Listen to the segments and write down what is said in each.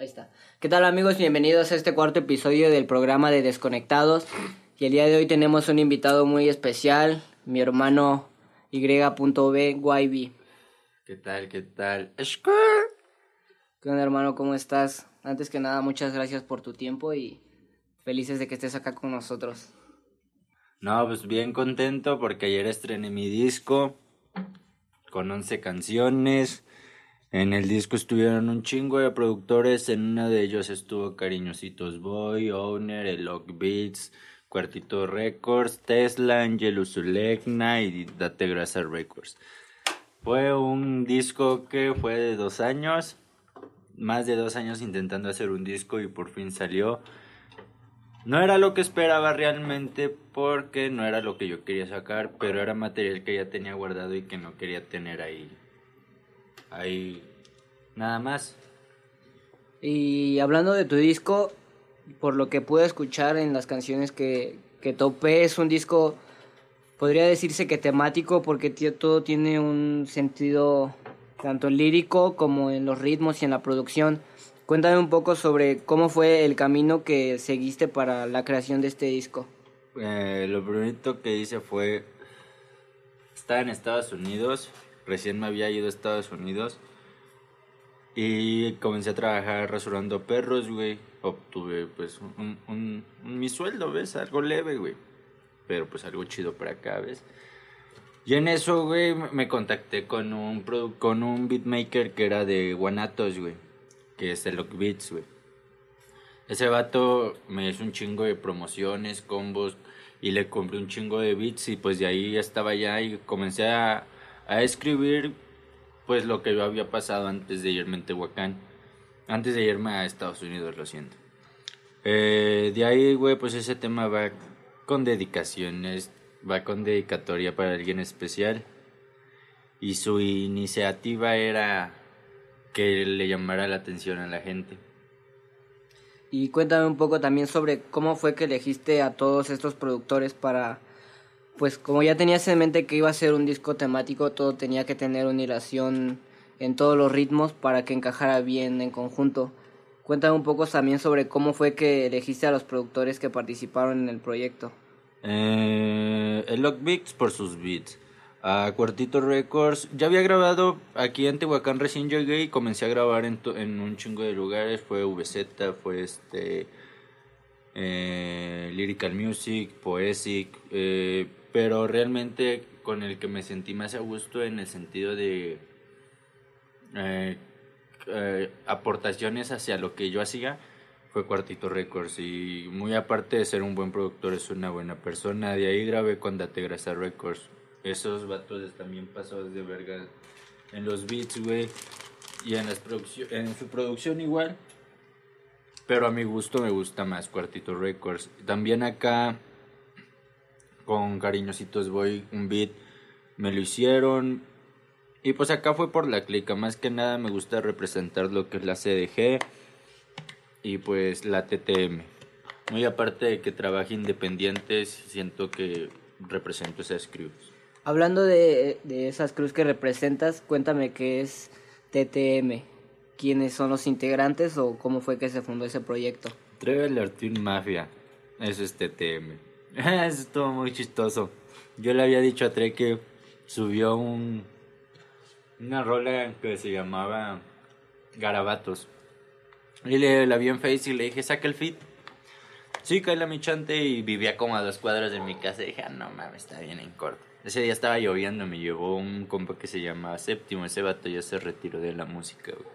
Ahí está. ¿Qué tal, amigos? Bienvenidos a este cuarto episodio del programa de Desconectados. Y el día de hoy tenemos un invitado muy especial, mi hermano Y.B. YB. ¿Qué tal? ¿Qué tal? ¿Qué onda, hermano? ¿Cómo estás? Antes que nada, muchas gracias por tu tiempo y felices de que estés acá con nosotros. No, pues bien contento porque ayer estrené mi disco con 11 canciones. En el disco estuvieron un chingo de productores. En uno de ellos estuvo Cariñositos Boy, Owner, Eloc Beats, Cuartito Records, Tesla, Angelo Zulegna y Date Grasa Records. Fue un disco que fue de 2 años, más de 2 años intentando hacer un disco y por fin salió. No era lo que esperaba realmente porque no era lo que yo quería sacar, pero era material que ya tenía guardado y que no quería tener ahí nada más. Y hablando de tu disco, por lo que pude escuchar en las canciones que topé, es un disco, podría decirse que temático, porque todo tiene un sentido tanto lírico como en los ritmos y en la producción. Cuéntame un poco sobre cómo fue el camino que seguiste para la creación de este disco. Lo primero que hice fue estar en Estados Unidos. Recién me había ido a Estados Unidos y comencé a trabajar rasurando perros, güey. Obtuve pues mi sueldo, ¿ves? Algo leve, güey, pero pues algo chido para acá, ¿ves? Y en eso, güey, me contacté con un beatmaker que era de Guanatos, güey, que es Eloc Beats, güey. Ese vato me hizo un chingo de promociones, combos, y le compré un chingo de beats y pues de ahí ya estaba ya y comencé a escribir pues lo que yo había pasado antes de irme a Tehuacán, antes de irme a Estados Unidos, lo siento. De ahí, güey, pues ese tema va con dedicaciones, va con dedicatoria para alguien especial. Y su iniciativa era que le llamara la atención a la gente. Y cuéntame un poco también sobre cómo fue que elegiste a todos estos productores para, pues como ya tenías en mente que iba a ser un disco temático, todo tenía que tener una hilación en todos los ritmos para que encajara bien en conjunto. Cuéntame un poco también sobre cómo fue que elegiste a los productores que participaron en el proyecto. Eloc Beats por sus beats. A Cuartito Records. Ya había grabado aquí en Tehuacán, recién llegué y comencé a grabar en un chingo de lugares. Fue VZ, fue Lyrical Music, Poesic, pero realmente con el que me sentí más a gusto en el sentido de aportaciones hacia lo que yo hacía fue Cuartito Records. Y muy aparte de ser un buen productor, es una buena persona. De ahí grabé con Date Grasa Records. Esos vatos también pasados de verga en los beats, güey, y en su producción igual. Pero a mi gusto me gusta más Cuartito Records. También acá con Cariñositos Boy, un beat me lo hicieron. Y pues acá fue por la clica. Más que nada me gusta representar lo que es la CDG y pues la TTM. Muy aparte de que trabaje independiente, siento que represento esas crews. Hablando de esas crews que representas, cuéntame qué es TTM, quiénes son los integrantes o cómo fue que se fundó ese proyecto. Traveler Team Mafia, eso es TTM. Eso estuvo muy chistoso. Yo le había dicho a Tre que subió una rola que se llamaba Garabatos. Y la vi en Face y le dije, saca el feed. Sí, cae la michante y vivía como a 2 cuadras de mi casa. Y dije, no mames, está bien en corto. Ese día estaba lloviendo, me llevó un compa que se llama Séptimo. Ese vato ya se retiró de la música, güey.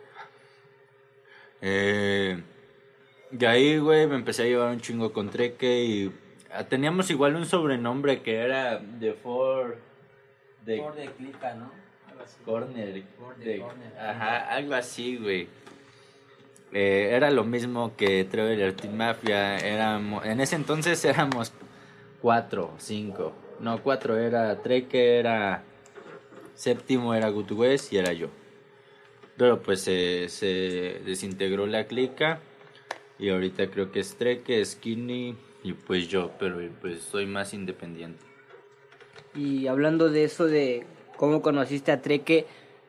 De ahí, güey, me empecé a llevar un chingo con Treque y teníamos igual un sobrenombre que era The Four de Clica, ¿no? Corner. Ajá, algo así, güey. Era lo mismo que Traveler Team Mafia. En ese entonces éramos 4, 5. No, 4 era Treque, era Séptimo, era Good West y era yo. Pero pues se desintegró la clica y ahorita creo que es Treque, Skinny y pues yo, pero pues soy más independiente. Y hablando de eso, de cómo conociste a Treque,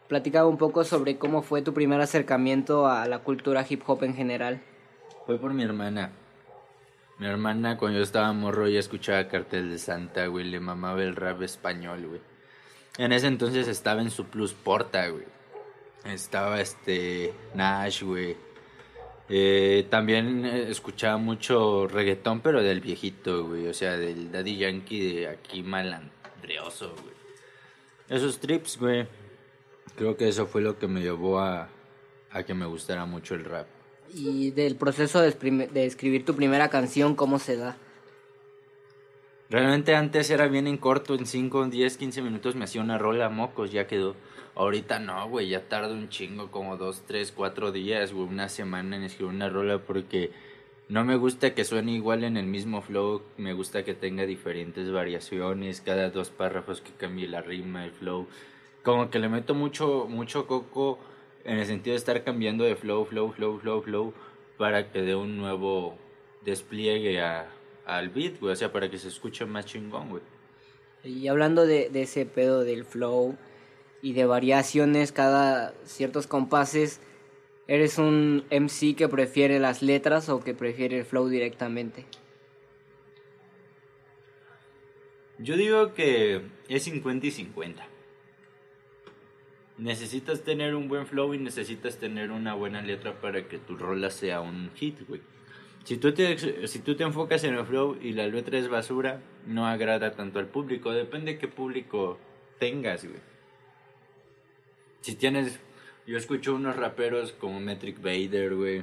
platicaba un poco sobre cómo fue tu primer acercamiento a la cultura hip hop en general. Fue por mi hermana. Mi hermana, cuando yo estaba morro, ya escuchaba Cartel de Santa, güey. Le mamaba el rap español, güey. En ese entonces estaba en su Plus Porta, güey. Estaba Nash, güey. También escuchaba mucho reggaetón, pero del viejito, güey. O sea, del Daddy Yankee de aquí malandreoso, güey. Esos trips, güey. Creo que eso fue lo que me llevó a que me gustara mucho el rap. Y del proceso de escribir tu primera canción, ¿cómo se da? Realmente antes era bien en corto, en 5, 10, 15 minutos me hacía una rola, mocos, ya quedó. Ahorita no, güey, ya tarda un chingo, como 2, 3, 4 días, güey, una semana en escribir una rola porque no me gusta que suene igual en el mismo flow, me gusta que tenga diferentes variaciones, cada 2 párrafos que cambie la rima, el flow. Como que le meto mucho coco en el sentido de estar cambiando de flow, para que dé un nuevo despliegue al beat, güey, o sea, para que se escuche más chingón, güey. Y hablando de ese pedo del flow y de variaciones cada ciertos compases, ¿eres un MC que prefiere las letras o que prefiere el flow directamente? Yo digo que es 50 y 50. Necesitas tener un buen flow y necesitas tener una buena letra para que tu rola sea un hit, güey. Si tú te enfocas en el flow y la letra es basura, no agrada tanto al público. Depende de qué público tengas, güey. Si tienes... Yo escucho unos raperos como Metric Vader, güey.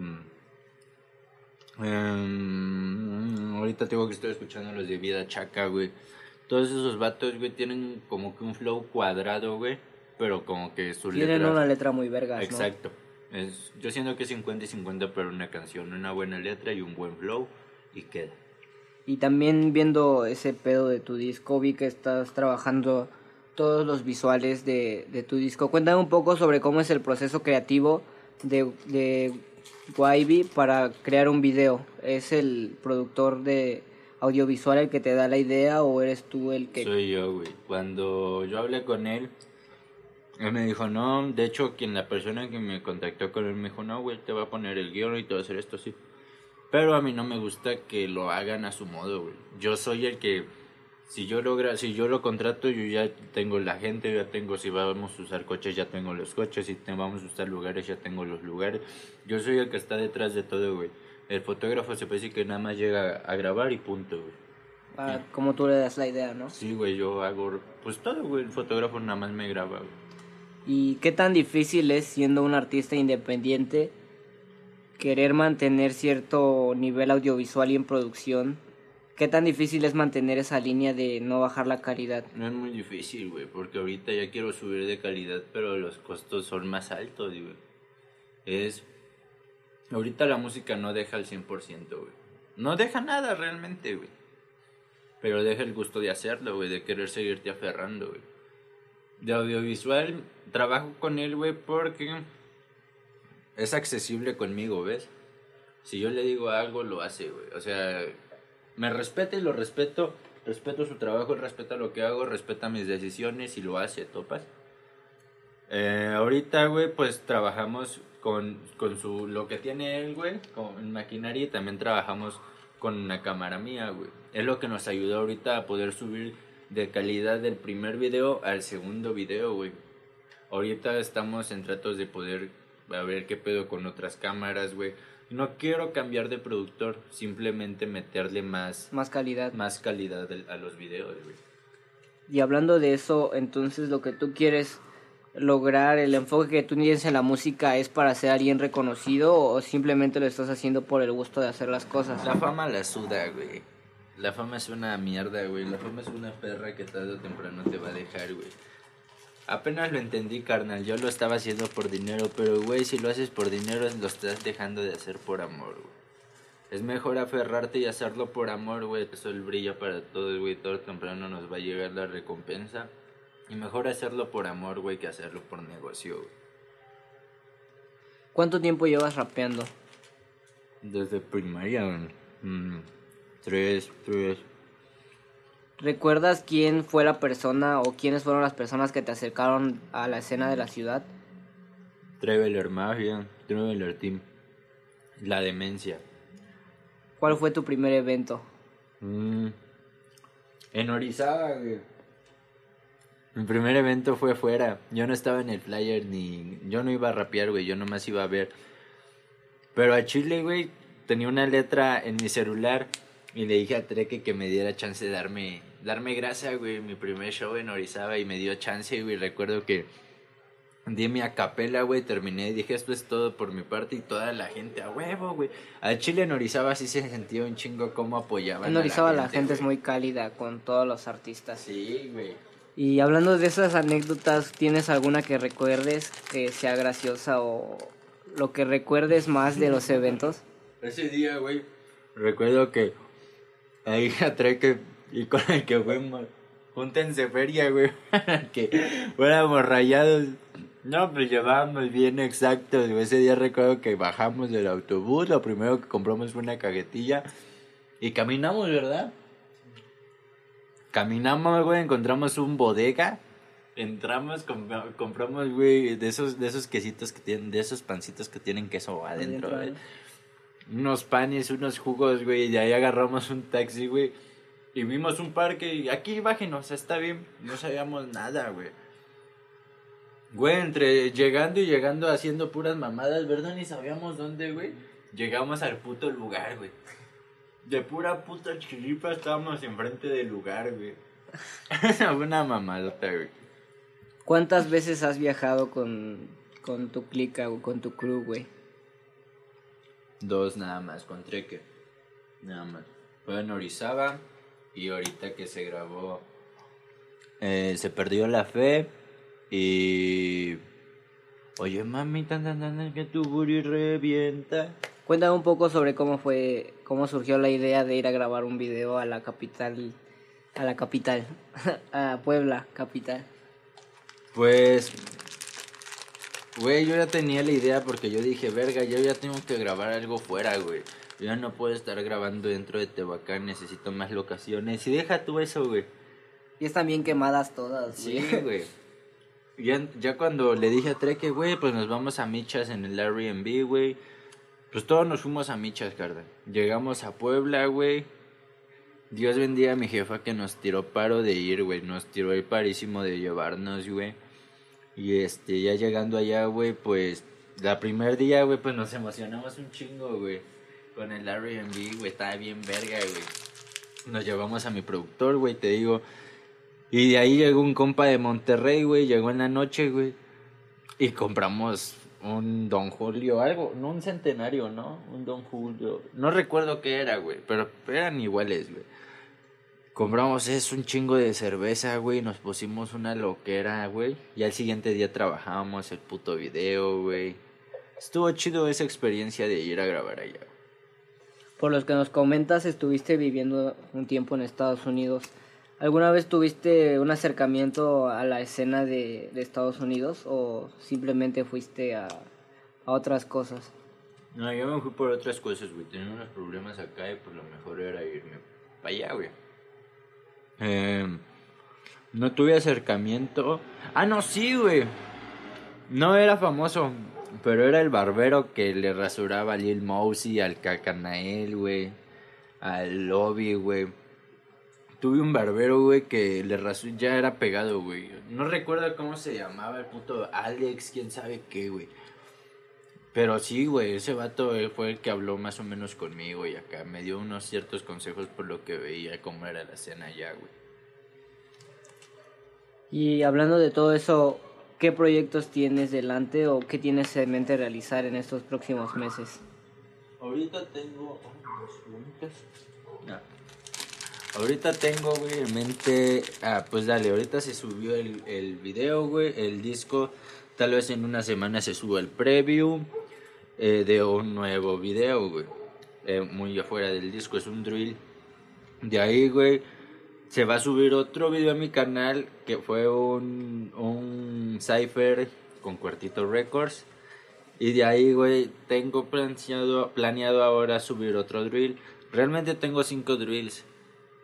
Ahorita tengo que estoy escuchando los de Vida Chaca, güey. Todos esos vatos, güey, tienen como que un flow cuadrado, güey. Pero como que su letra... Tienen una letra muy vergas, exacto. Yo siento que es 50 y 50 para una canción. Una buena letra y un buen flow y queda. Y también viendo ese pedo de tu disco, vi que estás trabajando todos los visuales de tu disco. Cuéntame un poco sobre cómo es el proceso creativo de Wavy para crear un video. ¿Es el productor de audiovisual el que te da la idea o eres tú el que...? Soy yo, güey. Cuando yo hablé con él me dijo, no, de hecho, la persona que me contactó con él me dijo, no, güey, te va a poner el guión y te va a hacer esto así. Pero a mí no me gusta que lo hagan a su modo, güey. Yo soy el que, si yo lo contrato, yo ya tengo la gente, ya tengo, si vamos a usar coches, ya tengo los coches, si vamos a usar lugares, ya tengo los lugares. Yo soy el que está detrás de todo, güey. El fotógrafo se puede decir que nada más llega a grabar y punto, güey. Como tú le das la idea, ¿no? Sí, güey, yo hago, pues todo, güey. El fotógrafo nada más me graba, güey. ¿Y qué tan difícil es, siendo un artista independiente, querer mantener cierto nivel audiovisual y en producción? ¿Qué tan difícil es mantener esa línea de no bajar la calidad? No es muy difícil, güey, porque ahorita ya quiero subir de calidad, pero los costos son más altos, güey. Ahorita la música no deja el 100%, güey. No deja nada realmente, güey. Pero deja el gusto de hacerlo, güey, de querer seguirte aferrando, güey. De audiovisual, trabajo con él, güey, porque es accesible conmigo, ¿ves? Si yo le digo algo, lo hace, güey. O sea, me respeta y lo respeto. Respeto su trabajo, respeta lo que hago, respeta mis decisiones y lo hace, ¿topas? Ahorita, güey, pues trabajamos con lo que tiene él, güey, con maquinaria, y también trabajamos con una cámara mía, güey. Es lo que nos ayudó ahorita a poder subir de calidad del primer video al segundo video, güey. Ahorita estamos en tratos de poder a ver qué pedo con otras cámaras, güey. No quiero cambiar de productor, simplemente meterle más calidad. Más calidad a los videos, güey. Y hablando de eso, entonces lo que tú quieres lograr, el enfoque que tú tienes en la música, ¿es para ser alguien reconocido o simplemente lo estás haciendo por el gusto de hacer las cosas? La fama la suda, güey. La fama es una mierda, güey. La fama es una perra que tarde o temprano te va a dejar, güey. Apenas lo entendí, carnal. Yo lo estaba haciendo por dinero, pero, güey, si lo haces por dinero, lo estás dejando de hacer por amor, güey. Es mejor aferrarte y hacerlo por amor, güey. Eso el brilla para todos, güey. Todo temprano nos va a llegar la recompensa. Y mejor hacerlo por amor, güey, que hacerlo por negocio, güey. ¿Cuánto tiempo llevas rapeando? Desde primaria, güey. 3. ¿recuerdas quién fue la persona o quiénes fueron las personas que te acercaron a la escena de la ciudad? Traveler Mafia, Traveler Team, La Demencia. ¿Cuál fue tu primer evento? En Orizaba, güey. Mi primer evento fue fuera. Yo no estaba en el flyer ni... Yo no iba a rapear, güey. Yo nomás iba a ver. Pero a Chile, güey, tenía una letra en mi celular y le dije a Treque que me diera chance de darme grasa, güey. Mi primer show en Orizaba y me dio chance, güey. Recuerdo que di mi acapela, güey, terminé y dije, esto es todo por mi parte y toda la gente a huevo, güey. A Chile en Orizaba sí se sentía un chingo cómo apoyaban En Orizaba la gente güey. es muy cálida con todos los artistas. Sí, güey. Y hablando de esas anécdotas, ¿tienes alguna que recuerdes que sea graciosa o lo que recuerdes más de los eventos? Ese día, güey, recuerdo que ahí Treque y con el que fuimos, júntense feria, güey, para que fuéramos rayados. No, pues llevábamos bien exactos, güey. Ese día recuerdo que bajamos del autobús, lo primero que compramos fue una cajetilla y caminamos, ¿verdad? Caminamos, güey, encontramos un bodega, entramos, compramos, güey, de esos quesitos que tienen, de esos pancitos que tienen queso adentro, güey. Unos panes, unos jugos, güey, y de ahí agarramos un taxi, güey, y vimos un parque y aquí bájenos, está bien, no sabíamos nada, güey. Güey, entre llegando y llegando haciendo puras mamadas, ¿verdad? Ni sabíamos dónde, güey. Llegamos al puto lugar, güey. De pura puta chiripa estábamos enfrente del lugar, güey. Una mamadota, güey. ¿Cuántas veces has viajado con tu clica o con tu crew, güey? 2 nada más, con Treque. Nada más. Fue en Orizaba y ahorita que se grabó Se Perdió la Fe y... Oye, mami, tan, que tu booty revienta. Cuéntame un poco sobre cómo surgió la idea de ir a grabar un video a la capital, a Puebla, capital. Pues, güey, yo ya tenía la idea porque yo dije, verga, yo ya tengo que grabar algo fuera, güey. Yo ya no puedo estar grabando dentro de Tehuacán, necesito más locaciones. Y deja tú eso, güey. Y están bien quemadas todas, güey. Sí, güey. Ya cuando le dije a Treque, güey, pues nos vamos a Michas en el Airbnb, güey. Pues todos nos fuimos a Michas, carnal. Llegamos a Puebla, güey. Dios bendiga a mi jefa que nos tiró paro de ir, güey. Nos tiró el parísimo de llevarnos, güey. Y ya llegando allá, güey, pues... La primer día, güey, pues nos emocionamos un chingo, güey. Con el Airbnb, güey, estaba bien verga, güey. Nos llevamos a mi productor, güey, te digo. Y de ahí llegó un compa de Monterrey, güey. Llegó en la noche, güey. Y compramos... un Don Julio, algo, no un centenario, ¿no? Un Don Julio. No recuerdo qué era, güey, pero eran iguales, güey. Compramos un chingo de cerveza, güey, nos pusimos una loquera, güey. Y al siguiente día trabajábamos el puto video, güey. Estuvo chido esa experiencia de ir a grabar allá. Por los que nos comentas, estuviste viviendo un tiempo en Estados Unidos. ¿Alguna vez tuviste un acercamiento a la escena de Estados Unidos o simplemente fuiste a otras cosas? No, yo me fui por otras cosas, güey. Tenía unos problemas acá y pues lo mejor era irme para allá, güey. No tuve acercamiento. Ah, no, sí, güey. No era famoso, pero era el barbero que le rasuraba a Lil Mosey, al Cacanael, güey. Al Lobby, güey. Tuve un barbero, güey, que le rasuró, ya era pegado, güey. No recuerdo cómo se llamaba el puto Alex, quién sabe qué, güey. Pero sí, güey, ese vato fue el que habló más o menos conmigo y acá me dio unos ciertos consejos por lo que veía cómo era la escena allá, güey. Y hablando de todo eso, ¿qué proyectos tienes delante o qué tienes en mente realizar en estos próximos meses? Ahorita tengo... Ahorita tengo, güey, en mente... pues dale, ahorita se subió el video, güey, el disco. Tal vez en una semana se suba el preview de un nuevo video, güey. Muy afuera del disco, es un drill. De ahí, güey, se va a subir otro video a mi canal que fue un cypher con Cuartito Records. Y de ahí, güey, tengo planeado ahora subir otro drill. Realmente tengo 5 drills.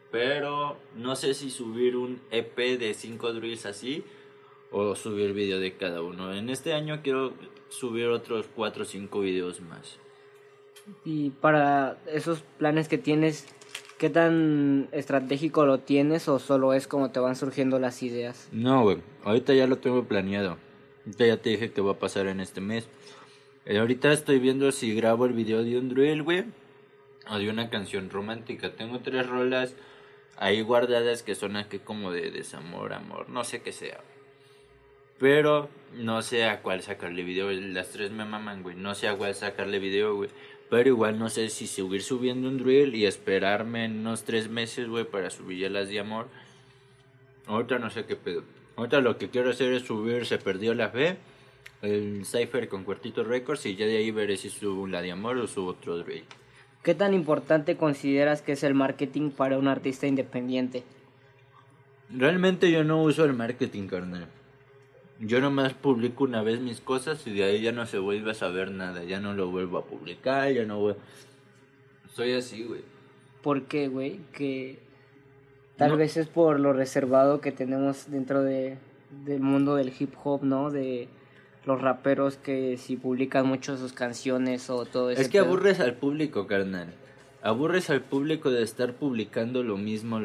Pero no sé si subir un EP de 5 drills así o subir video de cada uno. En este año quiero subir otros 4 o 5 videos más. Y para esos planes que tienes, ¿qué tan estratégico lo tienes o solo es como te van surgiendo las ideas? No, güey, ahorita ya lo tengo planeado. Ahorita ya te dije que va a pasar en este mes. Ahorita estoy viendo si grabo el video de un drill, güey, o de una canción romántica. Tengo 3 rolas ahí guardadas que son aquí como de desamor, amor, no sé qué sea. Pero no sé a cuál sacarle video. Las 3 me maman, güey. No sé a cuál sacarle video, güey. Pero igual no sé si seguir subiendo un drill y esperarme en unos 3 meses, güey, para subir ya las de amor. Ahorita no sé qué pedo. Ahorita lo que quiero hacer es subir Se Perdió la Fe, el Cypher con Cuartito Records, y ya de ahí veré si subo la de amor o subo otro drill. ¿Qué tan importante consideras que es el marketing para un artista independiente? Realmente yo no uso el marketing, carnal. Yo nomás publico una vez mis cosas y de ahí ya no se vuelve a saber nada. Ya no lo vuelvo a publicar, ya no vuelvo... Soy así, güey. ¿Por qué, güey? Que tal No, vez es por lo reservado que tenemos dentro del mundo del hip hop, ¿no? De los raperos que si publican mucho sus canciones o todo ese es que pedo. aburres al público, carnal. Aburres al público de estar publicando lo mismo,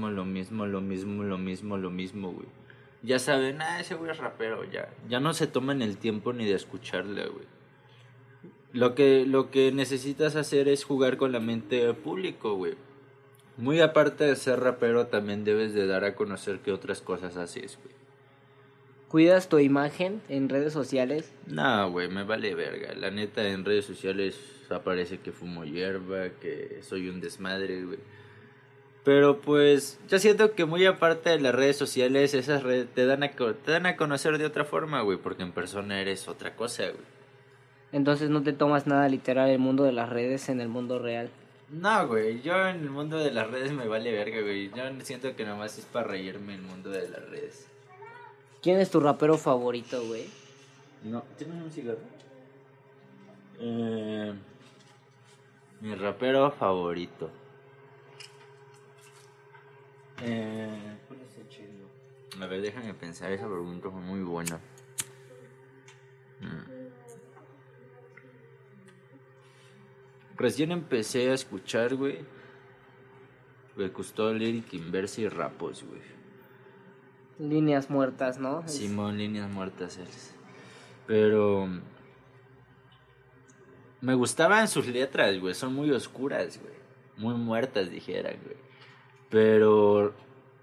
güey. Ya saben, ese güey es rapero, ya. Ya no se toman el tiempo ni de escucharle, güey. Lo que necesitas hacer es jugar con la mente del público, güey. Muy aparte de ser rapero, también debes de dar a conocer que otras cosas haces, güey. ¿Cuidas tu imagen en redes sociales? No, güey, me vale verga. La neta, en redes sociales aparece que fumo hierba, que soy un desmadre, güey. Pero pues, yo siento que muy aparte de las redes sociales, esas redes te dan a conocer de otra forma, güey, porque en persona eres otra cosa, güey. Entonces no te tomas nada literal el mundo de las redes en el mundo real. No, güey, yo en el mundo de las redes me vale verga, güey. Yo siento que nomás es para reírme el mundo de las redes. ¿Quién es tu rapero favorito, güey? No, ¿tienes un cigarro? Mi rapero favorito. A ver, déjame pensar, esa pregunta fue muy buena. Recién empecé a escuchar, güey. Me gustó Lyric Inverse y Rapos, güey. Líneas muertas, ¿no? Simón, líneas muertas, pero me gustaban sus letras, güey. Son muy oscuras, güey. Muy muertas, dijera, güey. Pero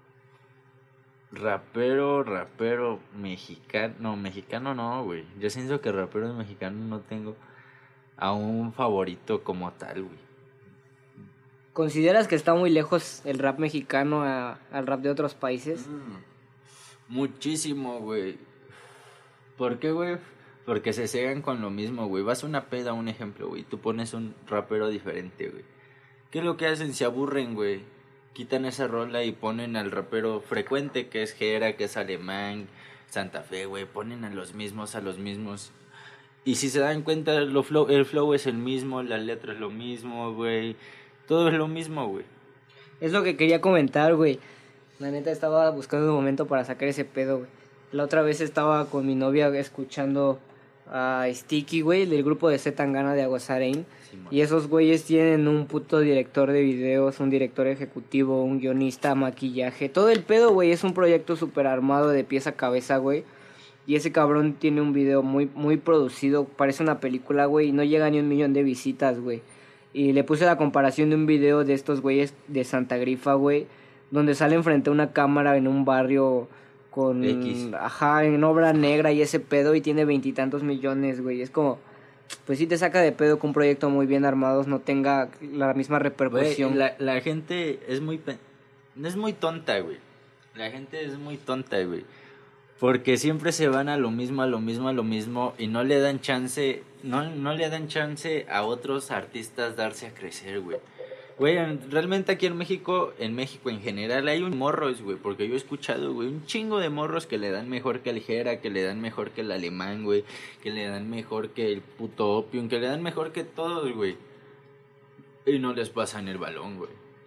rapero mexicano. No, mexicano no, güey. Yo siento que rapero mexicano no tengo a un favorito como tal, güey. ¿Consideras que está muy lejos el rap mexicano al rap de otros países? Muchísimo, güey. ¿Por qué, güey? Porque se cegan con lo mismo, güey. Vas a una peda, un ejemplo, güey. Tú pones un rapero diferente, güey. ¿Qué es lo que hacen? Se aburren, güey. Quitan esa rola y ponen al rapero frecuente, que es Jera, que es Alemán, Santa Fe, güey. Ponen a los mismos. Y si se dan cuenta, el flow es el mismo, la letra es lo mismo, güey. Todo es lo mismo, güey. Es lo que quería comentar, güey. La neta estaba buscando un momento para sacar ese pedo, güey. La otra vez estaba con mi novia escuchando a Sticky, güey, del grupo de Z Tangana de Aguasarén. Sí, Y esos güeyes tienen un puto director de videos, un director ejecutivo, un guionista, maquillaje. Todo el pedo, güey, es un proyecto súper armado de pies a cabeza, güey. Y ese cabrón tiene un video muy, muy producido, parece una película, güey, y no llega ni 1 millón de visitas, güey. Y le puse la comparación de un video de estos güeyes de Santa Grifa, güey, donde salen frente a una cámara en un barrio con... X. Ajá, en obra negra y ese pedo, y tiene 20 y tantos millones, güey. Es como... Pues sí te saca de pedo que un proyecto muy bien armado no tenga la misma repercusión. Güey, la gente es muy tonta, güey. La gente es muy tonta, güey. Porque siempre se van a lo mismo y no le dan chance, no le dan chance a otros artistas darse a crecer, güey. Güey, realmente aquí en México en general hay un morros, güey, porque yo he escuchado, güey, un chingo de morros que le dan mejor que el Jera, que le dan mejor que el Alemán, güey, que le dan mejor que el puto Opium, que le dan mejor que todos, güey. Y no les pasan el balón, güey.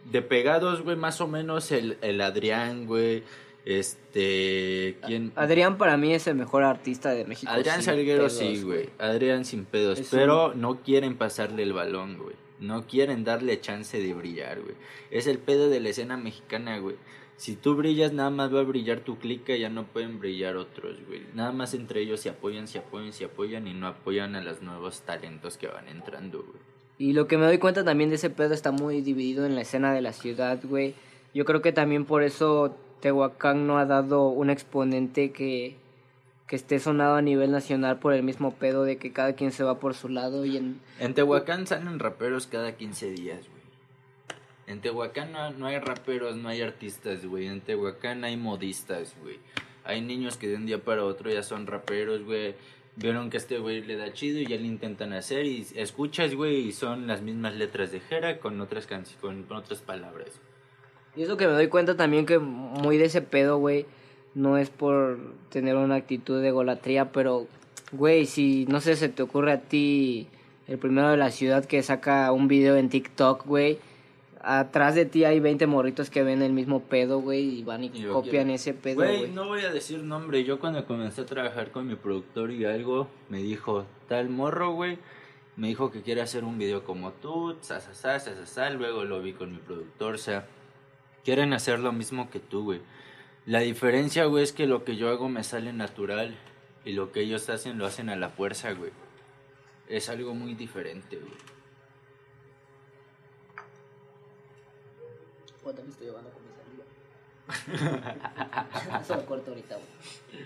De pegados, güey, más o menos el Adrián, güey. ¿Quién? Adrián para mí es el mejor artista de México. Adrián Salguero sí, güey. Adrián sin pedos. Pero no quieren pasarle el balón, güey. No quieren darle chance de brillar, güey. Es el pedo de la escena mexicana, güey. Si tú brillas, nada más va a brillar tu clica, ya no pueden brillar otros, güey. Nada más entre ellos se apoyan y no apoyan a los nuevos talentos que van entrando, güey. Y lo que me doy cuenta también de ese pedo está muy dividido en la escena de la ciudad, güey. Yo creo que también por eso Tehuacán no ha dado un exponente que esté sonado a nivel nacional por el mismo pedo de que cada quien se va por su lado y En Tehuacán salen raperos cada 15 días, güey. En Tehuacán no hay raperos, no hay artistas, güey. En Tehuacán hay modistas, güey. Hay niños que de un día para otro ya son raperos, güey. Vieron que a este güey le da chido y ya le intentan hacer y escuchas, güey, y son las mismas letras de Jera con otras con otras palabras. Y eso que me doy cuenta también que muy de ese pedo, güey, no es por tener una actitud de egolatría, pero, güey, si no sé, se te ocurre a ti el primero de la ciudad que saca un video en TikTok, güey, atrás de ti hay 20 morritos que ven el mismo pedo, güey, y van y copian ese pedo, güey. Güey, no voy a decir nombre, yo cuando comencé a trabajar con mi productor y algo, me dijo, tal morro, güey, me dijo que quiere hacer un video como tú, luego lo vi con mi productor, o sea, quieren hacer lo mismo que tú, güey. La diferencia, güey, es que lo que yo hago me sale natural y lo que ellos hacen lo hacen a la fuerza, güey. Es algo muy diferente, güey. Oh, también estoy llevando con mi saliva. Eso lo corto ahorita, güey.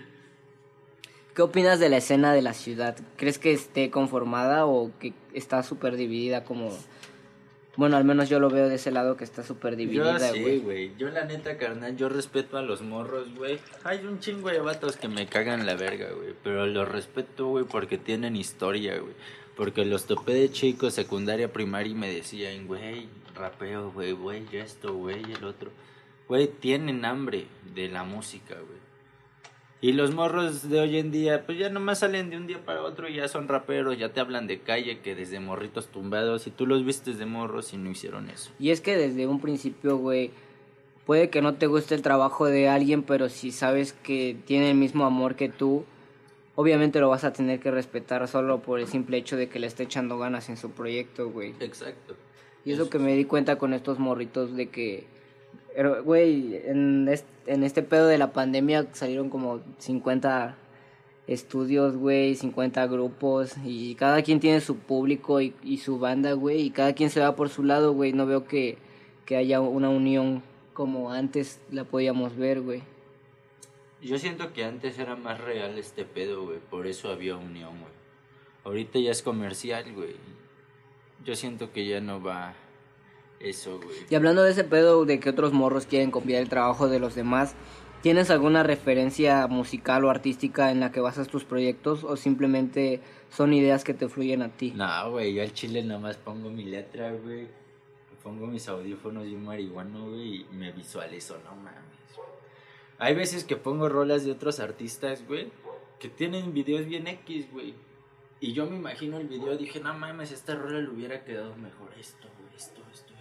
¿Qué opinas de la escena de la ciudad? ¿Crees que esté conformada o que está súper dividida como... Bueno, al menos yo lo veo de ese lado que está súper dividida, güey. Yo sí, güey. Yo la neta, carnal, yo respeto a los morros, güey. Hay un chingo de vatos que me cagan la verga, güey. Pero los respeto, güey, porque tienen historia, güey. Porque los topé de chicos, secundaria, primaria y me decían, güey, rapeo, güey, esto, güey, el otro. Güey, tienen hambre de la música, güey. Y los morros de hoy en día, pues ya nomás salen de un día para otro y ya son raperos, ya te hablan de calle, que desde morritos tumbados, y tú los vistes de morros y no hicieron eso. Y es que desde un principio, güey, puede que no te guste el trabajo de alguien, pero si sabes que tiene el mismo amor que tú, obviamente lo vas a tener que respetar solo por el simple hecho de que le esté echando ganas en su proyecto, güey. Exacto. Y es lo que me di cuenta con estos morritos de que... Güey, en este pedo de la pandemia salieron como 50 estudios, güey, 50 grupos y cada quien tiene su público y su banda, güey, y cada quien se va por su lado, güey. No veo que haya una unión como antes la podíamos ver, güey. Yo siento que antes era más real este pedo, güey, por eso había unión, güey. Ahorita ya es comercial, güey. Yo siento que ya no va... eso, güey. Y hablando de ese pedo de que otros morros quieren copiar el trabajo de los demás, ¿tienes alguna referencia musical o artística en la que basas tus proyectos o simplemente son ideas que te fluyen a ti? No, güey, yo al chile nada más pongo mi letra, güey. Pongo mis audífonos y un marihuano, güey, y me visualizo, no mames. Hay veces que pongo rolas de otros artistas, güey, que tienen videos bien X, güey. Y yo me imagino el video, dije, no mames, esta rola le hubiera quedado mejor esto, güey, esto.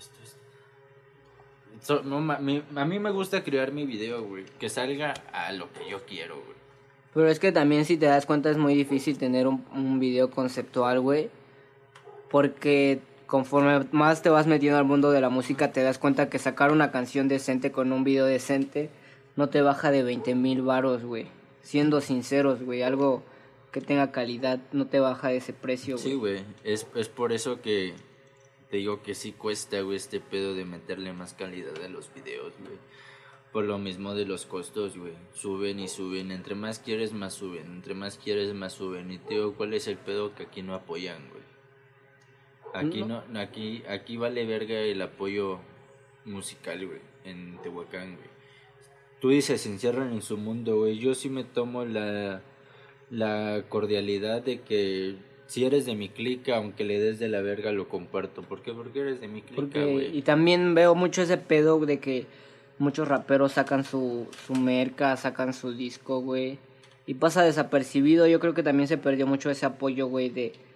A mí me gusta crear mi video, güey, que salga a lo que yo quiero, güey. Pero es que también si te das cuenta es muy difícil tener un video conceptual, güey, porque conforme más te vas metiendo al mundo de la música te das cuenta que sacar una canción decente con un video decente no te baja de 20,000 varos, güey. Siendo sinceros, güey, algo que tenga calidad no te baja de ese precio, güey. Sí, güey, es por eso que te digo que sí cuesta, güey, este pedo de meterle más calidad a los videos, güey. Por lo mismo de los costos, güey. Suben y suben. Entre más quieres, más suben. Entre más quieres, más suben. Y te digo, ¿cuál es el pedo? Que aquí no apoyan, güey. Aquí no, aquí vale verga el apoyo musical, güey. En Tehuacán, güey. Tú dices, se encierran en su mundo, güey. Yo sí me tomo la cordialidad de que... si eres de mi clica, aunque le des de la verga, lo comparto. ¿Por qué? Porque eres de mi clica, güey. Y también veo mucho ese pedo de que muchos raperos sacan su merca, sacan su disco, güey. Y pasa desapercibido. Yo creo que también se perdió mucho ese apoyo, güey,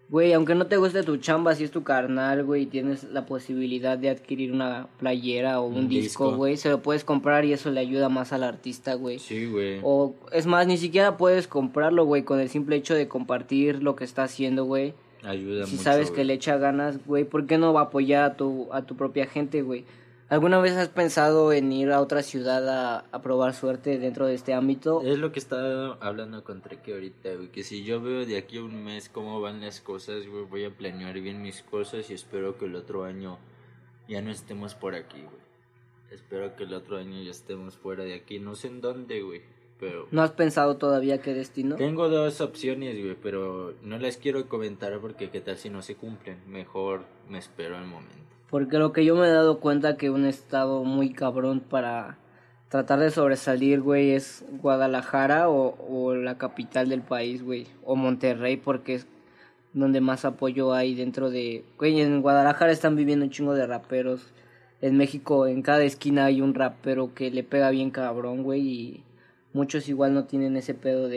Güey, aunque no te guste tu chamba, si es tu carnal, güey, y tienes la posibilidad de adquirir una playera o un disco, güey, se lo puedes comprar y eso le ayuda más al artista, güey. Sí, güey. O es más, ni siquiera puedes comprarlo, güey, con el simple hecho de compartir lo que está haciendo, güey. Ayuda Si mucho, sabes que güey. le echa ganas, güey, ¿por qué no va a apoyar a tu propia gente, güey? ¿Alguna vez has pensado en ir a otra ciudad a probar suerte dentro de este ámbito? Es lo que estaba hablando con Treke ahorita, güey. Que si yo veo de aquí a un mes cómo van las cosas, güey, voy a planear bien mis cosas y espero que el otro año ya no estemos por aquí, güey. Espero que el otro año ya estemos fuera de aquí. No sé en dónde, güey, pero... ¿No has pensado todavía qué destino? Tengo dos opciones, güey, pero no las quiero comentar porque qué tal si no se cumplen. Mejor me espero al momento. Porque lo que yo me he dado cuenta que un estado muy cabrón para tratar de sobresalir, güey, es Guadalajara o la capital del país, güey. O Monterrey, porque es donde más apoyo hay dentro de... Güey, en Guadalajara están viviendo un chingo de raperos. En México, en cada esquina hay un rapero que le pega bien cabrón, güey. Y muchos igual no tienen ese pedo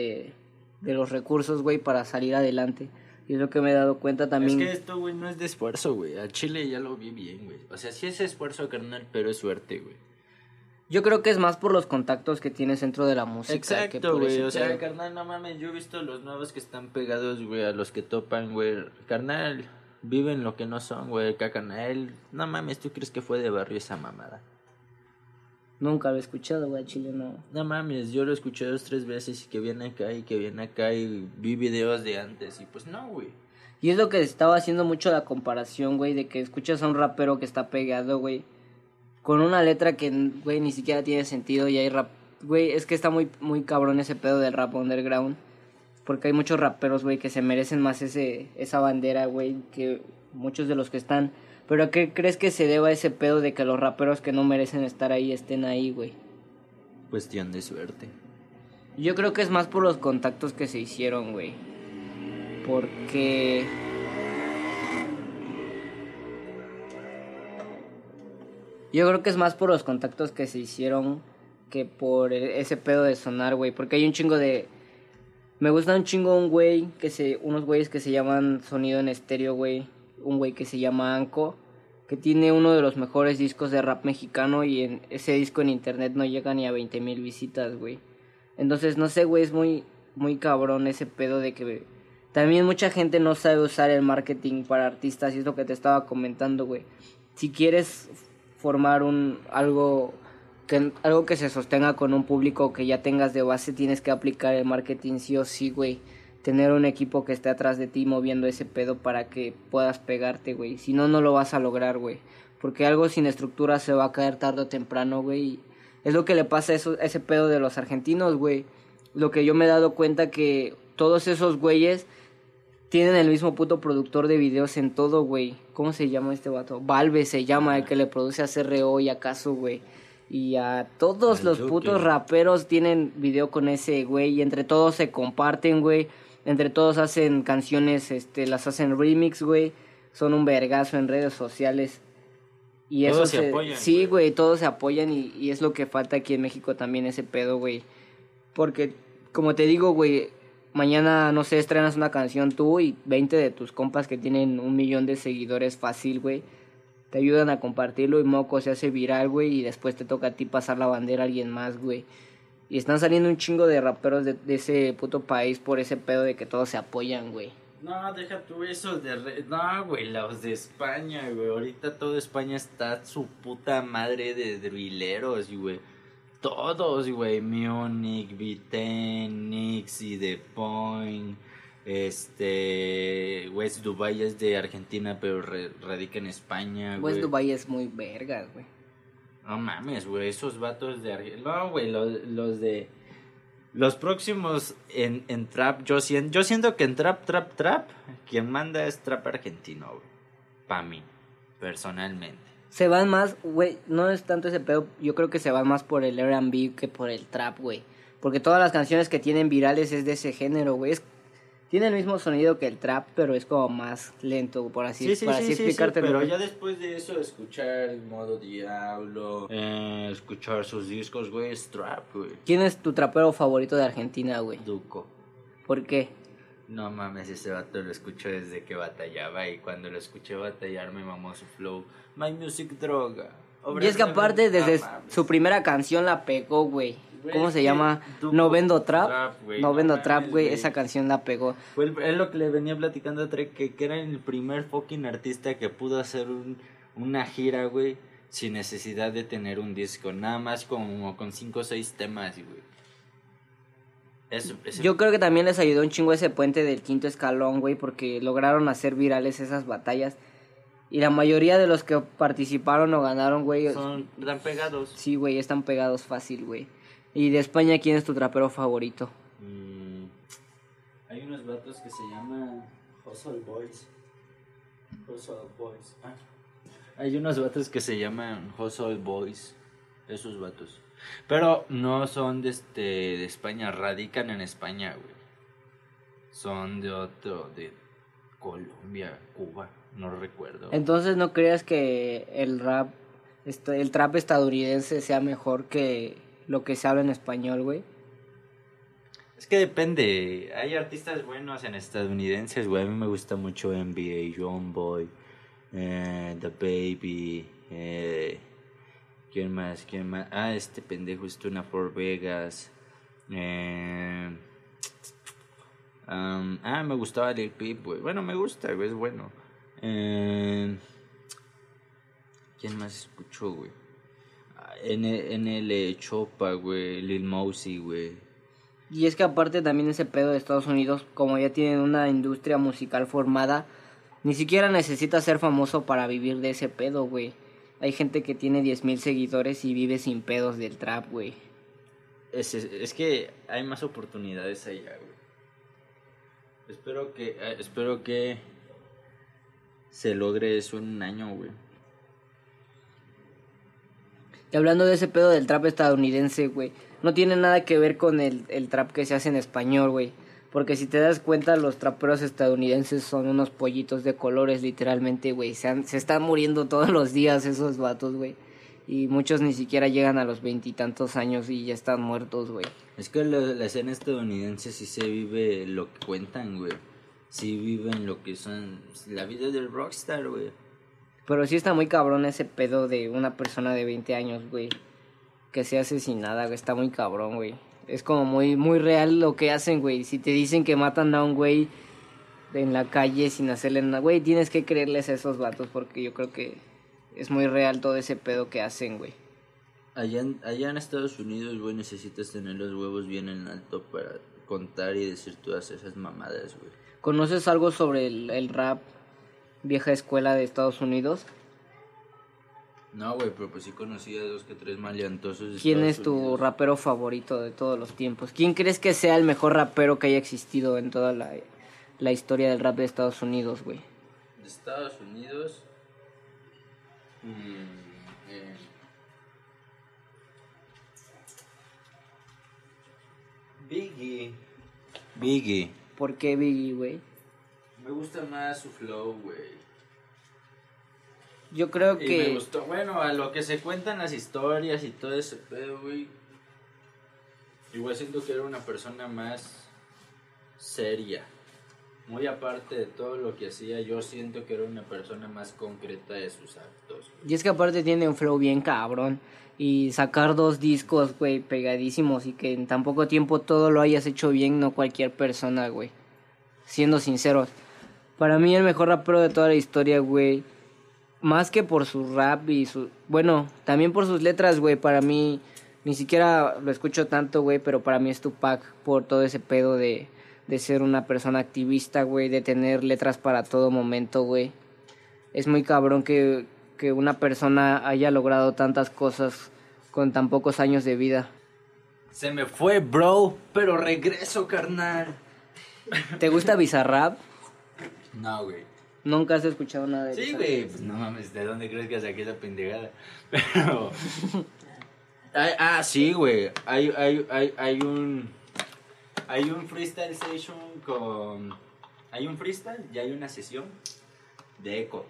de los recursos, güey, para salir adelante. Y es lo que me he dado cuenta también. Es que esto, güey, no es de esfuerzo, güey. A Chile ya lo vi bien, güey. O sea, sí es esfuerzo, carnal, pero es suerte, güey. Yo creo que es más por los contactos que tienes dentro de la música. que Exacto, por güey. ese O sea, pedo. carnal, no mames. Yo he visto los nuevos que están pegados, güey, a los que topan, güey. Carnal, viven lo que no son, güey. Carnal, no mames, ¿tú crees que fue de barrio esa mamada? Nunca lo he escuchado, güey, Chile no. No mames, yo lo escuché 2-3 veces y que viene acá y que viene acá y vi videos de antes y pues no, güey. Y es lo que estaba haciendo mucho la comparación, güey, de que escuchas a un rapero que está pegado, güey, con una letra que, güey, ni siquiera tiene sentido y hay rap... Güey, es que está muy, muy cabrón ese pedo del rap underground. Porque hay muchos raperos, güey, que se merecen más esa bandera, güey, que muchos de los que están. Pero ¿a qué crees que se deba ese pedo de que los raperos que no merecen estar ahí estén ahí, güey? Cuestión de suerte. Yo creo que es más por los contactos que se hicieron, güey. Porque... Yo creo que es más por los contactos que se hicieron que por ese pedo de sonar, güey. Porque hay un chingo de... Me gusta un chingo unos güeyes que se llaman Sonido en Estéreo, güey. Un güey que se llama Anco, que tiene uno de los mejores discos de rap mexicano y en ese disco en internet no llega ni a 20,000 visitas, güey. Entonces, no sé, güey, es muy, muy cabrón ese pedo de que... También mucha gente no sabe usar el marketing para artistas y es lo que te estaba comentando, güey. Si quieres formar algo que se sostenga con un público que ya tengas de base, tienes que aplicar el marketing sí o sí, güey. Tener un equipo que esté atrás de ti moviendo ese pedo para que puedas pegarte, güey. Si no, no lo vas a lograr, güey. Porque algo sin estructura se va a caer tarde o temprano, güey. Es lo que le pasa a ese pedo de los argentinos, güey. Lo que yo me he dado cuenta que todos esos güeyes tienen el mismo puto productor de videos en todo, güey. ¿Cómo se llama este vato? Valve se llama, el que le produce a CRO y a Casu, güey. Y a todos Al los Joker. putos raperos tienen video con ese güey. Y entre todos se comparten, güey. Entre todos hacen canciones, las hacen remix, güey. Son un vergazo en redes sociales. Y Todos eso se apoyan, sí, güey. güey, todos se apoyan y es lo que falta aquí en México también ese pedo, güey. Porque, como te digo, güey, mañana, no sé, estrenas una canción tú y 20 de tus compas que tienen 1,000,000 de seguidores fácil, güey, te ayudan a compartirlo y moco se hace viral, güey, y después te toca a ti pasar la bandera a alguien más, güey. Y están saliendo un chingo de raperos de ese puto país por ese pedo de que todos se apoyan, güey. No, deja tú esos no, güey, los de España, güey. Ahorita toda España está su puta madre de drileros, güey. Todos, güey. Múnich, Viten, Nixie, The Point. West Dubai es de Argentina, pero radica en España, güey. West Dubai es muy vergas, güey. No mames, güey, esos vatos de Argentina. No, güey, los de... Los próximos en trap, yo siento que en trap, quien manda es trap argentino, güey. Pa' mí, personalmente. Se van más, güey, no es tanto ese pedo, yo creo que se van más por el R&B que por el trap, güey. Porque todas las canciones que tienen virales es de ese género, güey. Tiene el mismo sonido que el trap, pero es como más lento, por así, para así explicártelo. Pero güey. ya después de eso, escuchar Modo Diablo, escuchar sus discos, güey, es trap, güey. ¿Quién es tu trapero favorito de Argentina, güey? Duco. ¿Por qué? No mames, ese vato lo escucho desde que batallaba y cuando lo escuché batallar me mamó su flow. My Music Droga. Y es que aparte desde su primera canción la pegó, güey. ¿Cómo se llama? No Vendo Trap. No Vendo Trap, güey. Esa canción la pegó. Es lo que le venía platicando a Trek, que era el primer fucking artista que pudo hacer una gira, güey, sin necesidad de tener un disco. Nada más como con 5 o 6 temas, güey. Yo creo que también les ayudó un chingo ese puente del quinto escalón, güey, porque lograron hacer virales esas batallas. Y la mayoría de los que participaron o ganaron, güey... Están pegados. Sí, güey, están pegados fácil, güey. ¿Y de España quién es tu trapero favorito? Hay unos vatos que se llaman Hustle Boys. Hay unos vatos que se llaman Hustle Boys. Esos vatos. Pero no son de España, radican en España, güey. Son de Colombia, Cuba, no recuerdo. Entonces, ¿no creas que el trap estadounidense sea mejor que lo que se habla en español, güey? Es que depende. Hay artistas buenos en estadounidenses, güey. A mí me gusta mucho NBA, John Boy, The Baby, ¿Quién más? Ah, este pendejo Stuna for Vegas. Me gustaba Lil Peep, güey. Bueno, me gusta, güey, es bueno. ¿Quién más escuchó, güey? NL Chopa, güey. Lil Mosey, güey. Y es que aparte también ese pedo de Estados Unidos, como ya tienen una industria musical formada, ni siquiera necesita ser famoso para vivir de ese pedo, güey. Hay gente que tiene 10,000 seguidores y vive sin pedos del trap, güey. Es que hay más oportunidades allá, güey. Espero que se logre eso en un año, güey. Y hablando de ese pedo del trap estadounidense, güey, no tiene nada que ver con el trap que se hace en español, güey. Porque si te das cuenta, los traperos estadounidenses son unos pollitos de colores, literalmente, güey. Se están muriendo todos los días esos vatos, güey. Y muchos ni siquiera llegan a los 20 y tantos años y ya están muertos, güey. Es que la escena estadounidense sí se vive lo que cuentan, güey. Sí viven lo que son la vida del rockstar, güey. Pero sí está muy cabrón ese pedo de una persona de 20 años, güey, que sea asesinada, güey. Está muy cabrón, güey. Es como muy, muy real lo que hacen, güey. Si te dicen que matan a un güey en la calle sin hacerle nada, güey, tienes que creerles a esos vatos porque yo creo que es muy real todo ese pedo que hacen, güey. Allá en Estados Unidos, güey, necesitas tener los huevos bien en alto para contar y decir todas esas mamadas, güey. ¿Conoces algo sobre el rap vieja escuela de Estados Unidos? No, güey, pero pues sí conocí a 2 que 3 maleantosos. ¿Quién es tu rapero favorito de todos los tiempos? ¿Quién crees que sea el mejor rapero que haya existido en toda la historia del rap de Estados Unidos, güey? De Estados Unidos. Biggie. ¿Por qué Biggie, güey? Me gusta más su flow, güey. Yo creo que... me gustó, bueno, a lo que se cuentan las historias y todo ese pedo, güey. Igual siento que era una persona más seria. Muy aparte de todo lo que hacía, yo siento que era una persona más concreta de sus actos, güey. Y es que aparte tiene un flow bien cabrón. Y sacar 2 discos, güey, pegadísimos y que en tan poco tiempo todo lo hayas hecho bien, no cualquier persona, güey. Siendo sinceros. Para mí el mejor rapero de toda la historia, güey. Más que por su rap y su... Bueno, también por sus letras, güey. Para mí, ni siquiera lo escucho tanto, güey. Pero para mí es Tupac por todo ese pedo de ser una persona activista, güey. De tener letras para todo momento, güey. Es muy cabrón que una persona haya logrado tantas cosas con tan pocos años de vida. Se me fue, bro, pero regreso, carnal. ¿Te gusta Bizarrap? No, güey. Nunca has escuchado nada de eso. Sí, güey, pues no mames, ¿de dónde crees que saqué esa pendejada? Pero... sí, güey, hay un freestyle session con... Hay un freestyle y hay una sesión de eco.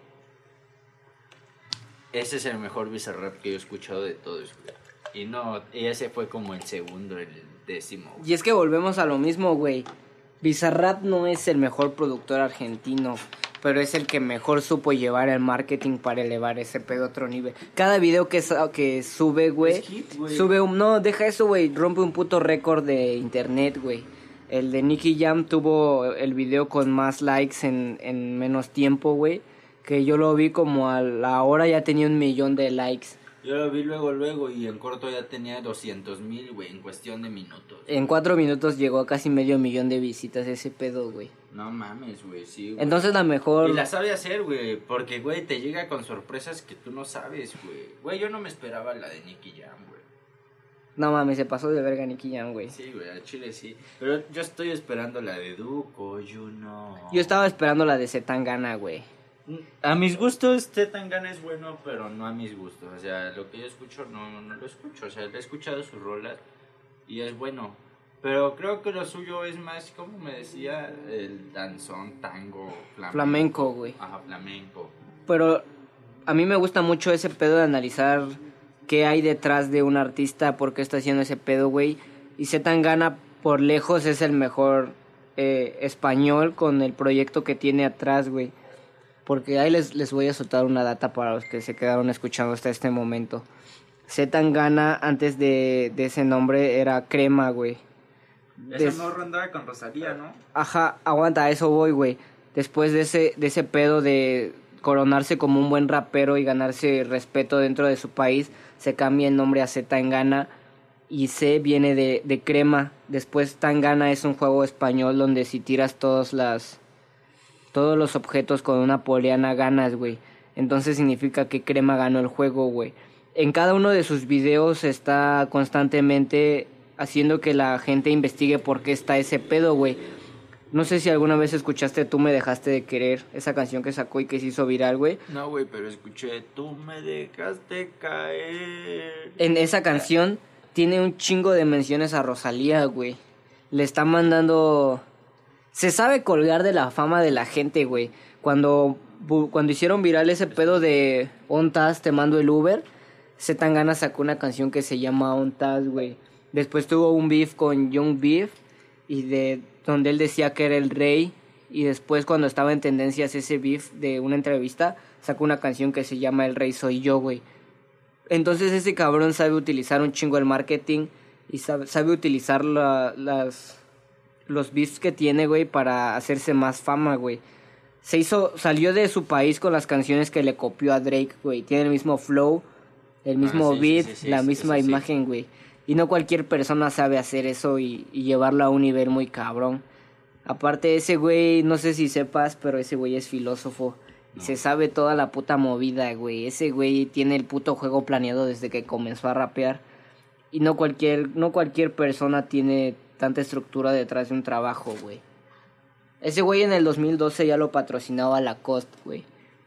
Ese es el mejor Bizarrap que yo he escuchado de todos, güey. Y ese fue como el segundo, el 10º. Y es que volvemos a lo mismo, güey. Bizarrap no es el mejor productor argentino, pero es el que mejor supo llevar el marketing para elevar ese pedo a otro nivel. Cada video que sube, güey, Es hit, güey. no, deja eso, güey, rompe un puto récord de internet, güey. El de Nicky Jam tuvo el video con más likes en menos tiempo, güey, que yo lo vi como a la hora ya tenía 1,000,000 de likes. Yo lo vi luego y en corto ya tenía 200,000, güey, en cuestión de minutos. En 4 minutos llegó a casi 500,000 de visitas ese pedo, güey. No mames, güey, sí, güey. Entonces la mejor... Y la sabe hacer, güey, porque, güey, te llega con sorpresas que tú no sabes, güey. Güey, yo no me esperaba la de Nicky Jam, güey. No mames, se pasó de verga Nicky Jam, güey. Sí, güey, al chile sí. Pero yo estoy esperando la de Duco, you know. Yo estaba esperando la de Zetangana, güey. A mis gustos, Zetangana es bueno, pero no a mis gustos. O sea, lo que yo escucho no lo escucho. O sea, he escuchado sus rolas y es bueno. Pero creo que lo suyo es más, como me decía, el danzón, tango, Flamenco, güey. Ajá, flamenco. Pero a mí me gusta mucho ese pedo de analizar qué hay detrás de un artista, por qué está haciendo ese pedo, güey. Y Zetangana, por lejos, es el mejor español con el proyecto que tiene atrás, güey. Porque ahí les voy a soltar una data para los que se quedaron escuchando hasta este momento. Zetangana, antes de ese nombre, era Crema, güey. Ese morro andaba con Rosalía, ¿no? Ajá, aguanta, a eso voy, güey. Después de ese pedo de coronarse como un buen rapero y ganarse respeto dentro de su país, se cambia el nombre a Zetangana y C viene de Crema. Después Tangana es un juego español donde si tiras todos los objetos con una poleana ganas, güey. Entonces significa que Crema ganó el juego, güey. En cada uno de sus videos está constantemente haciendo que la gente investigue por qué está ese pedo, güey. No sé si alguna vez escuchaste Tú me dejaste de querer, esa canción que sacó y que se hizo viral, güey. No, güey, pero escuché Tú me dejaste caer. En esa canción tiene un chingo de menciones a Rosalía, güey. Le está mandando... Se sabe colgar de la fama de la gente, güey. Cuando hicieron viral ese pedo de Ontas, te mando el Uber, Zetangana sacó una canción que se llama Ontas, güey. Después tuvo un beef con Young Beef y donde él decía que era el rey. Y después cuando estaba en tendencias ese beef de una entrevista, sacó una canción que se llama El Rey Soy Yo, güey. Entonces ese cabrón sabe utilizar un chingo el marketing y sabe utilizar los beefs que tiene, güey, para hacerse más fama, güey. Salió de su país con las canciones que le copió a Drake, güey. Tiene el mismo flow, el mismo beat, la misma imagen, güey. Y no cualquier persona sabe hacer eso y llevarlo a un nivel muy cabrón. Aparte ese güey, no sé si sepas, pero ese güey es filósofo. No. Se sabe toda la puta movida, güey. Ese güey tiene el puto juego planeado desde que comenzó a rapear. Y no cualquier persona tiene tanta estructura detrás de un trabajo, güey. Ese güey en el 2012 ya lo patrocinaba Lacoste, güey.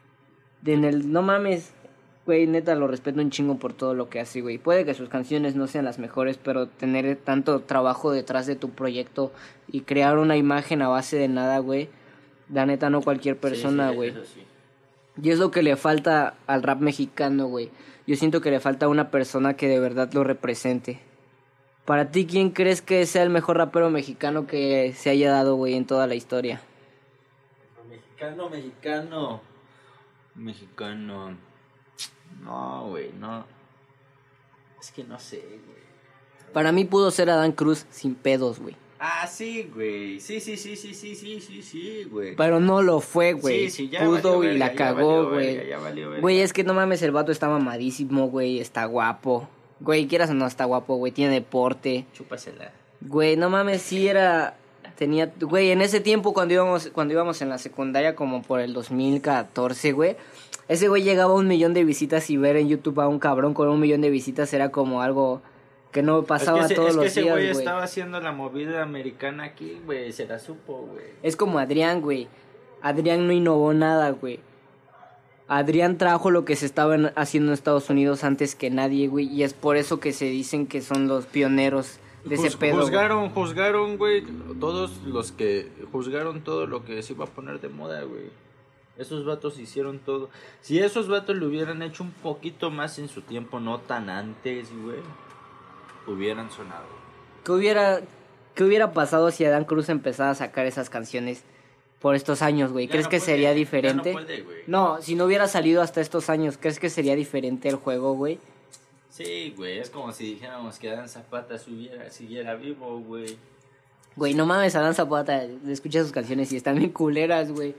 No mames, güey, neta lo respeto un chingo por todo lo que hace, güey. Puede que sus canciones no sean las mejores, pero tener tanto trabajo detrás de tu proyecto y crear una imagen a base de nada, güey, la neta no cualquier persona, güey. Sí. Y es lo que le falta al rap mexicano, güey. Yo siento que le falta una persona que de verdad lo represente. Para ti, ¿quién crees que sea el mejor rapero mexicano que se haya dado, güey, en toda la historia? Mexicano. No, güey, no. Es que no sé, güey. Para mí pudo ser Adán Cruz sin pedos, güey. Ah, sí, güey. Sí, güey. Pero no lo fue, güey. Sí, ya pudo valió, y la cagó, güey. Güey, güey, es que no mames, el vato está mamadísimo, güey. Está guapo. Güey, quieras o no, está guapo, güey. Tiene deporte. Chúpasela. Güey, no mames, sí güey, en ese tiempo cuando íbamos en la secundaria, como por el 2014, güey, ese güey llegaba a 1,000,000 de visitas y ver en YouTube a un cabrón con 1,000,000 de visitas era como algo que no pasaba todos los días, güey. Es que ese güey estaba haciendo la movida americana aquí, güey, se la supo, güey. Es como Adrián, güey. Adrián no innovó nada, güey. Adrián trajo lo que se estaba haciendo en Estados Unidos antes que nadie, güey, y es por eso que se dicen que son los pioneros de ese pedo. Juzgaron, güey, todos los que juzgaron todo lo que se iba a poner de moda, güey. Esos vatos hicieron todo. Si esos vatos lo hubieran hecho un poquito más en su tiempo, no tan antes, güey, hubieran sonado. ¿Qué hubiera pasado si Adán Cruz empezara a sacar esas canciones por estos años, güey? ¿Crees que sería diferente? Ya no puede, güey. No, si no hubiera salido hasta estos años, ¿crees que sería diferente el juego, güey? Sí, güey, es como si dijéramos que Adán Zapata siguiera vivo, güey. Güey, no mames, Adán Zapata, escucha sus canciones y están bien culeras, güey.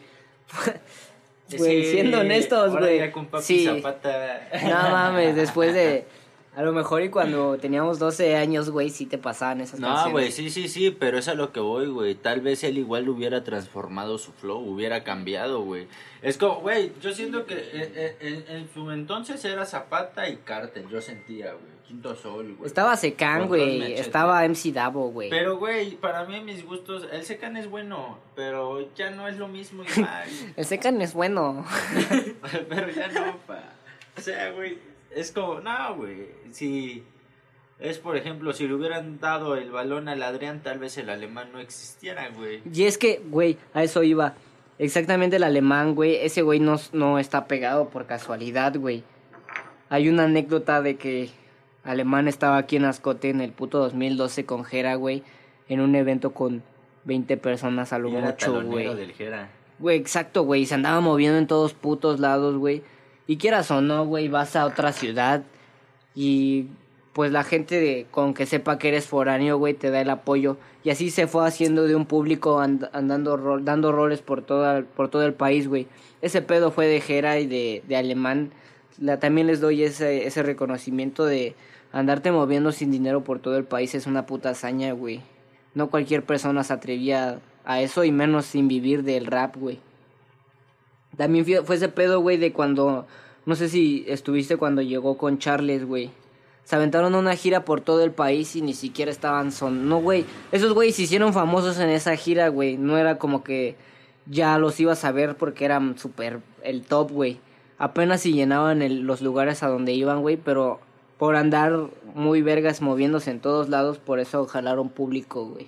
Güey, Sí, siendo honestos, ahora güey. ya con Papi Sí. Zapata. No mames, después de... A lo mejor y cuando teníamos 12 años, güey, sí te pasaban esas canciones. No, güey, sí, pero es a lo que voy, güey. Tal vez él igual hubiera transformado su flow, hubiera cambiado, güey. Es como, güey, yo siento que en su entonces era Zapata y Cártel, yo sentía, güey. Quinto Sol, güey. Estaba Secán, Control güey. Machete. Estaba MC Davo, güey. Pero, güey, para mí mis gustos, el Secán es bueno, pero ya no es lo mismo igual. El Secán es bueno. Pero ya no, pa. O sea, güey, es como, no, güey. Si es, por ejemplo, si le hubieran dado el balón al Adrián, tal vez el alemán no existiera, güey. Y es que, güey, a eso iba. Exactamente el alemán, güey. Ese güey no está pegado por casualidad, güey. Hay una anécdota de que Alemán estaba aquí en Ascote en el puto 2012 con Jera, güey. En un evento con 20 personas a lo Y era mucho, talonero güey. del Jera. Güey, exacto, güey. Se andaba moviendo en todos putos lados, güey. Y quieras o no, güey, vas a otra ciudad y pues la gente con que sepa que eres foráneo, güey, te da el apoyo. Y así se fue haciendo de un público dando roles por todo el país, güey. Ese pedo fue de Jera y de Alemán. También les doy ese reconocimiento de andarte moviendo sin dinero por todo el país. Es una puta hazaña, güey. No cualquier persona se atrevía a eso y menos sin vivir del rap, güey. También fue ese pedo, güey, de cuando... No sé si estuviste cuando llegó con Charles, güey. Se aventaron una gira por todo el país y ni siquiera estaban No, güey. Esos güeyes se hicieron famosos en esa gira, güey. No era como que ya los ibas a ver porque eran súper el top, güey. Apenas si llenaban los lugares a donde iban, güey. Pero por andar muy vergas moviéndose en todos lados, por eso jalaron público, güey.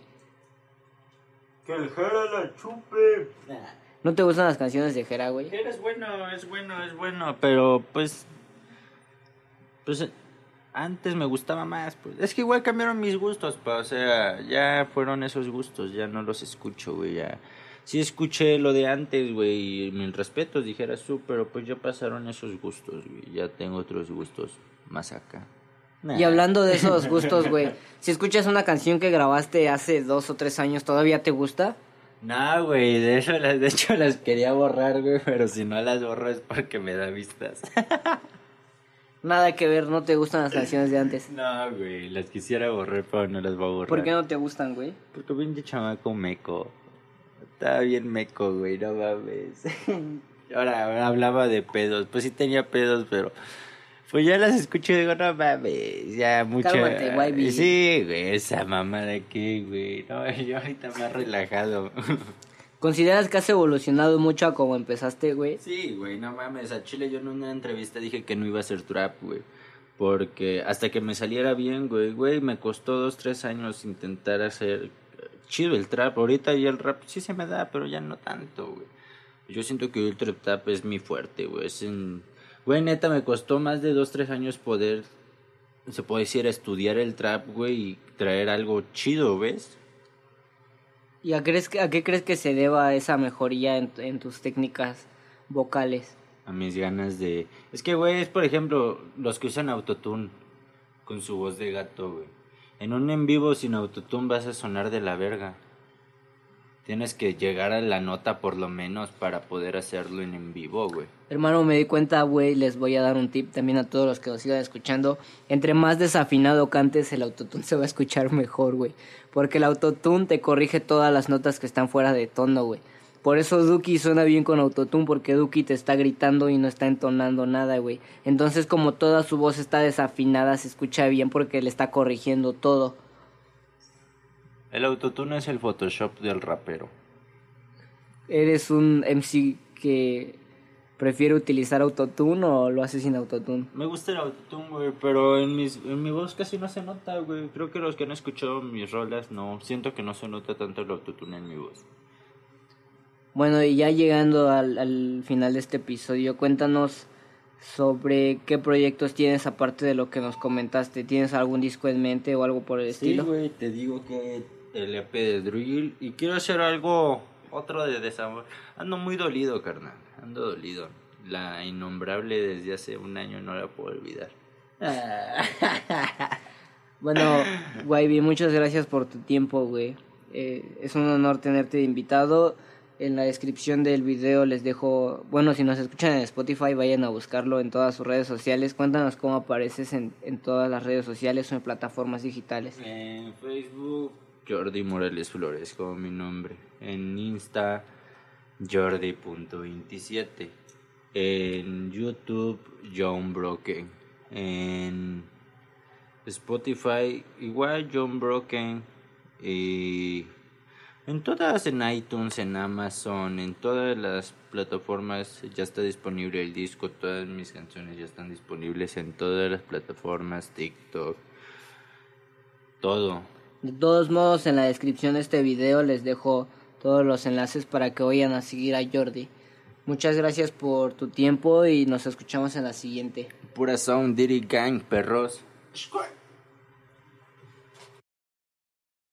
Que el Jera la chupe. ¿No te gustan las canciones de Jera, güey? Jera es bueno, pero pues antes me gustaba más, pues. Es que igual cambiaron mis gustos, o sea, ya fueron esos gustos, ya no los escucho, güey, ya. Sí escuché lo de antes, güey, y mis respetos, dijeras tú, pero pues ya pasaron esos gustos, güey, ya tengo otros gustos más acá. Y hablando de esos gustos, güey, si escuchas una canción que grabaste hace 2 o 3 años, ¿todavía te gusta? No, güey, de hecho las quería borrar, güey, pero si no las borro es porque me da vistas. Nada que ver, no te gustan las canciones de antes. No, güey, las quisiera borrar, pero no las voy a borrar. ¿Por qué no te gustan, güey? Porque pinche chamaco meco. Estaba bien meco, güey, no mames. Ahora hablaba de pedos, pues sí tenía pedos, pero... Pues ya las escucho y digo, no mames, ya mucho. Cálmate, güey. Sí, güey, esa mamá de aquí, güey. No, yo ahorita me he relajado. ¿Consideras que has evolucionado mucho a como empezaste, güey? Sí, güey, no mames. A Chile yo en una entrevista dije que no iba a hacer trap, güey. Porque hasta que me saliera bien, güey, me costó 2-3 años intentar hacer chido el trap. Ahorita ya el rap sí se me da, pero ya no tanto, güey. Yo siento que el trap es mi fuerte, güey. Güey, neta, me costó más de 2-3 años poder, se puede decir, estudiar el trap, güey, y traer algo chido, ¿ves? ¿Y a qué crees que se deba esa mejoría en tus técnicas vocales? A mis ganas de... Es que, güey, es por ejemplo, los que usan autotune con su voz de gato, güey. En un en vivo sin autotune vas a sonar de la verga. Tienes que llegar a la nota por lo menos para poder hacerlo en vivo, güey. Hermano, me di cuenta, güey, les voy a dar un tip también a todos los que nos sigan escuchando. Entre más desafinado cantes, el autotune se va a escuchar mejor, güey. Porque el autotune te corrige todas las notas que están fuera de tono, güey. Por eso Duki suena bien con autotune, porque Duki te está gritando y no está entonando nada, güey. Entonces, como toda su voz está desafinada, se escucha bien porque le está corrigiendo todo. El autotune es el Photoshop del rapero. ¿Eres un MC que prefiere utilizar autotune o lo hace sin autotune? Me gusta el autotune, güey, pero en mi voz casi no se nota, güey. Creo que los que han escuchado mis rolas no, siento que no se nota tanto el autotune en mi voz. Bueno, y ya llegando al final de este episodio, cuéntanos sobre qué proyectos tienes aparte de lo que nos comentaste. ¿Tienes algún disco en mente o algo por el estilo? Sí, güey, te digo que el EP de Drill y quiero hacer otro de desamor. Ando muy dolido, carnal, ando dolido. La innombrable desde hace un año no la puedo olvidar. Bueno, Wavy, muchas gracias por tu tiempo, güey. Es un honor tenerte de invitado. En la descripción del video les dejo... Bueno, si nos escuchan en Spotify, vayan a buscarlo en todas sus redes sociales. Cuéntanos cómo apareces en todas las redes sociales o en plataformas digitales. En Facebook, Jordi Morales Flores, como mi nombre. En Insta, Jordi.27. En YouTube, John Broken. En Spotify, igual John Broken. Y en todas, en iTunes, en Amazon, en todas las plataformas ya está disponible el disco. Todas mis canciones ya están disponibles en todas las plataformas, TikTok, todo. De todos modos, en la descripción de este video les dejo todos los enlaces para que vayan a seguir a Jordi. Muchas gracias por tu tiempo y nos escuchamos en la siguiente. Pura Sound Diddy Gang, perros.